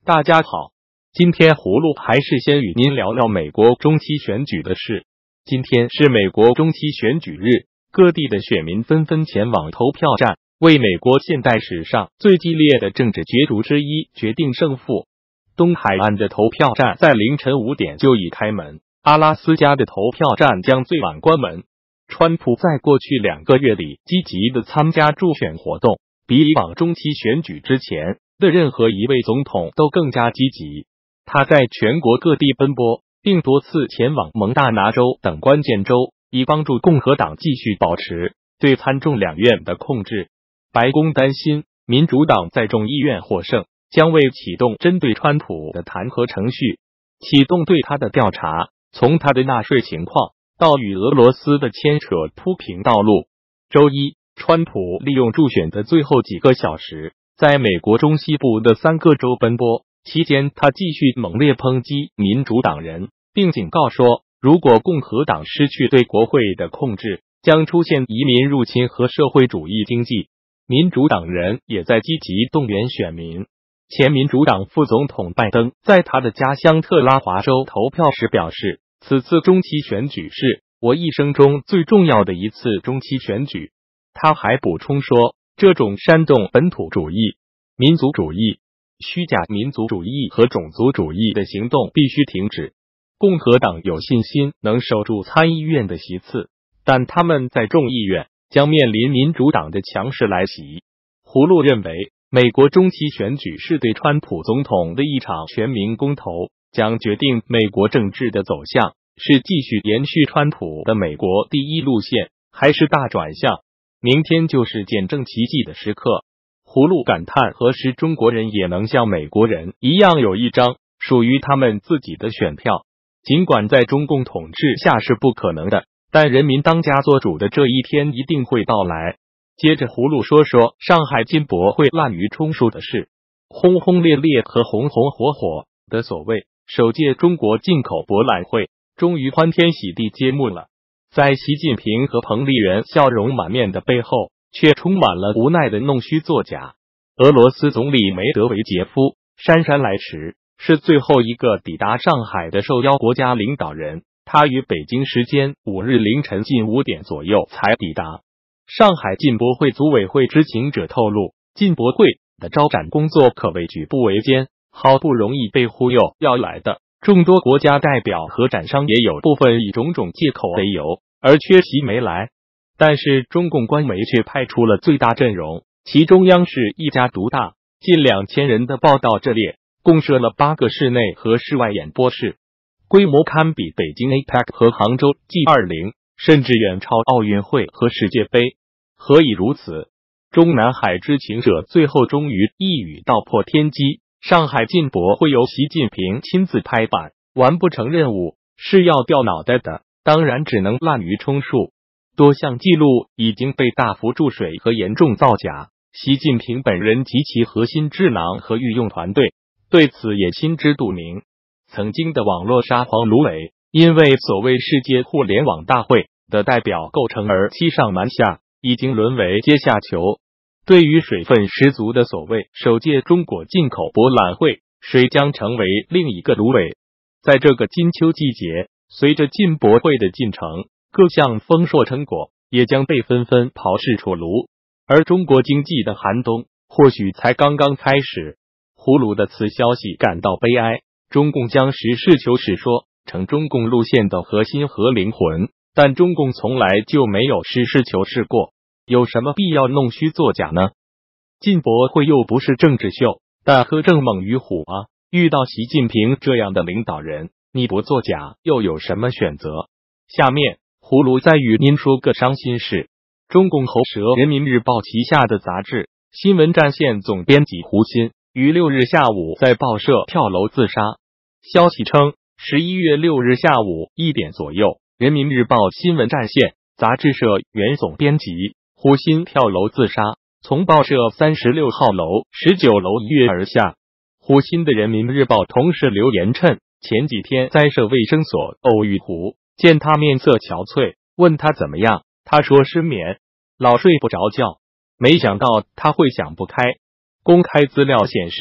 大家好，今天葫芦还是先与您聊聊美国中期选举的事。今天是美国中期选举日，各地的选民纷纷前往投票站，为美国现代史上最激烈的政治角逐之一决定胜负。东海岸的投票站在凌晨5点就已开门，阿拉斯加的投票站将最晚关门。川普在过去2个月里积极地参加助选活动，比以往中期选举之前的任何一位总统都更加积极。他在全国各地奔波，并多次前往蒙大拿州等关键州，以帮助共和党继续保持对参众两院的控制。白宫担心民主党在众议院获胜，将为启动针对川普的弹劾程序，启动对他的调查，从他的纳税情况到与俄罗斯的牵扯铺平道路。周一，川普利用助选的最后几个小时，在美国中西部的3个州奔波，期间他继续猛烈抨击民主党人，并警告说，如果共和党失去对国会的控制，将出现移民入侵和社会主义经济。民主党人也在积极动员选民。前民主党副总统拜登在他的家乡特拉华州投票时表示，此次中期选举是我一生中最重要的一次中期选举。他还补充说，这种煽动本土主义、民族主义、虚假民族主义和种族主义的行动必须停止。共和党有信心能守住参议院的席次，但他们在众议院将面临民主党的强势来袭。葫芦认为，美国中期选举是对川普总统的一场全民公投，将决定美国政治的走向，是继续延续川普的美国第一路线，还是大转向。明天就是见证奇迹的时刻。葫芦感叹，何时中国人也能像美国人一样有一张属于他们自己的选票。尽管在中共统治下是不可能的，但人民当家作主的这一天一定会到来。接着葫芦说说上海进博会滥竽充数的事。轰轰烈烈和红红火火的所谓首届中国进口博览会终于欢天喜地揭幕了。在习近平和彭丽媛笑容满面的背后，却充满了无奈的弄虚作假。俄罗斯总理梅德韦杰夫姗姗来迟，是最后一个抵达上海的受邀国家领导人。他于北京时间5日凌晨近5点左右才抵达。上海进博会组委会知情者透露，进博会的招展工作可谓举步维艰，好不容易被忽悠要来的众多国家代表和展商也有部分以种种借口为由而缺席没来。但是中共官媒却派出了最大阵容，其中央视一家独大，近2000人的报道阵列，共设了8个室内和室外演播室，规模堪比北京 APEC 和杭州 G20， 甚至远超奥运会和世界杯。何以如此？中南海知情者最后终于一语道破天机，上海进博会由习近平亲自拍板，完不成任务是要掉脑袋的，当然只能滥竽充数。多项记录已经被大幅注水和严重造假，习近平本人及其核心智囊和御用团队对此也心知肚明。曾经的网络沙皇卢伟，因为所谓世界互联网大会的代表构成而欺上瞒下，已经沦为阶下囚。对于水分十足的所谓首届中国进口博览会，谁将成为另一个卢伟？在这个金秋季节，随着进博会的进程，各项丰硕成果也将被纷纷炮制出炉，而中国经济的寒冬或许才刚刚开始。葫芦的此消息感到悲哀，中共将实事求是说成中共路线的核心和灵魂，但中共从来就没有实事求是过，有什么必要弄虚作假呢？进博会又不是政治秀，但喝正猛于虎啊！遇到习近平这样的领导人，你不作假又有什么选择？下面葫芦再与您说个伤心事。中共喉舌人民日报旗下的杂志新闻战线总编辑胡鑫于6日下午在报社跳楼自杀。消息称，11月6日下午1点左右，人民日报新闻战线杂志社原总编辑胡鑫跳楼自杀，从报社36号楼19楼一跃而下。胡鑫的人民日报同事刘延琛前几天在社卫生所偶遇胡，见他面色憔悴，问他怎么样，他说失眠，老睡不着觉，没想到他会想不开。公开资料显示，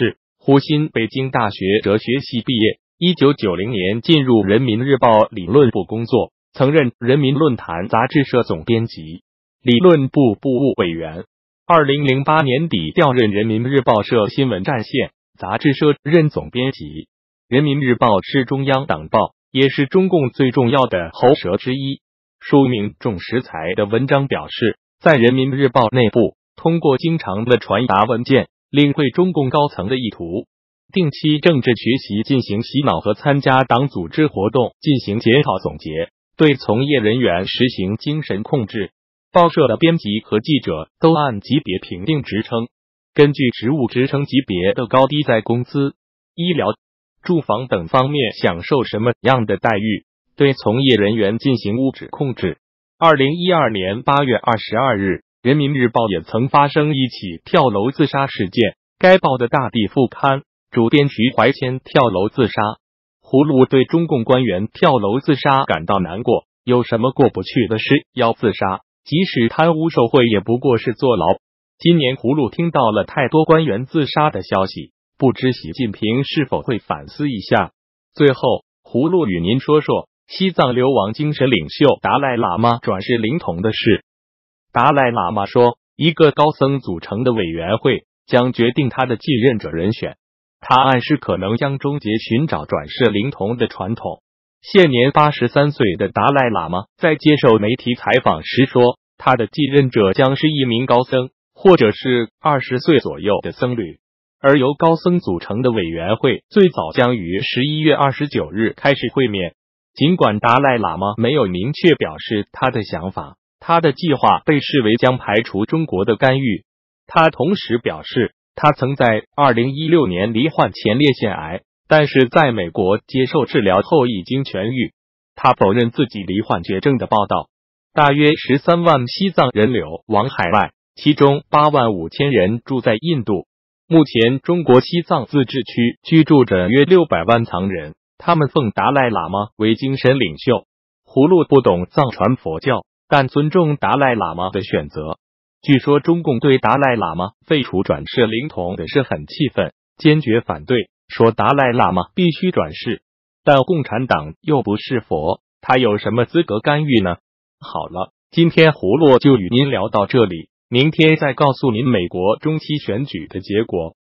胡鑫北京大学哲学系毕业，1990年进入人民日报理论部工作，曾任人民论坛杂志社总编辑、理论部部务委员。2008年底调任人民日报社新闻战线杂志社任总编辑。人民日报是中央党报，也是中共最重要的喉舌之一。书名重实才的文章表示，在人民日报内部，通过经常的传达文件，领会中共高层的意图，定期政治学习进行洗脑和参加党组织活动进行检讨总结，对从业人员实行精神控制。报社的编辑和记者都按级别评定职称，根据职务职称级别的高低，在工资、医疗、住房等方面享受什么样的待遇，对从业人员进行物质控制。2012年8月22日，人民日报也曾发生一起跳楼自杀事件，该报的大地副刊主编徐怀谦跳楼自杀。胡璐对中共官员跳楼自杀感到难过，有什么过不去的事要自杀？即使贪污受贿，也不过是坐牢。今年胡璐听到了太多官员自杀的消息，不知习近平是否会反思一下。最后，胡璐与您说说西藏流亡精神领袖达赖喇嘛转世灵童的事。达赖喇嘛说，一个高僧组成的委员会将决定他的继任者人选。他暗示可能将终结寻找转世灵童的传统。现年83岁的达赖喇嘛在接受媒体采访时说，他的继任者将是一名高僧，或者是20岁左右的僧侣。而由高僧组成的委员会最早将于11月29日开始会面。尽管达赖喇嘛没有明确表示他的想法，他的计划被视为将排除中国的干预。他同时表示，他曾在2016年罹患前列腺癌，但是在美国接受治疗后已经痊愈。他否认自己罹患绝症的报道。大约13万西藏人流亡海外，其中8万5千人住在印度。目前中国西藏自治区居住着约600万藏人，他们奉达赖喇嘛为精神领袖。胡璐不懂藏传佛教，但尊重达赖喇嘛的选择。据说中共对达赖喇嘛废除转世灵童的事很气愤，坚决反对，说达赖喇嘛必须转世。但共产党又不是佛，他有什么资格干预呢？好了，今天胡璐就与您聊到这里，明天再告诉您美国中期选举的结果。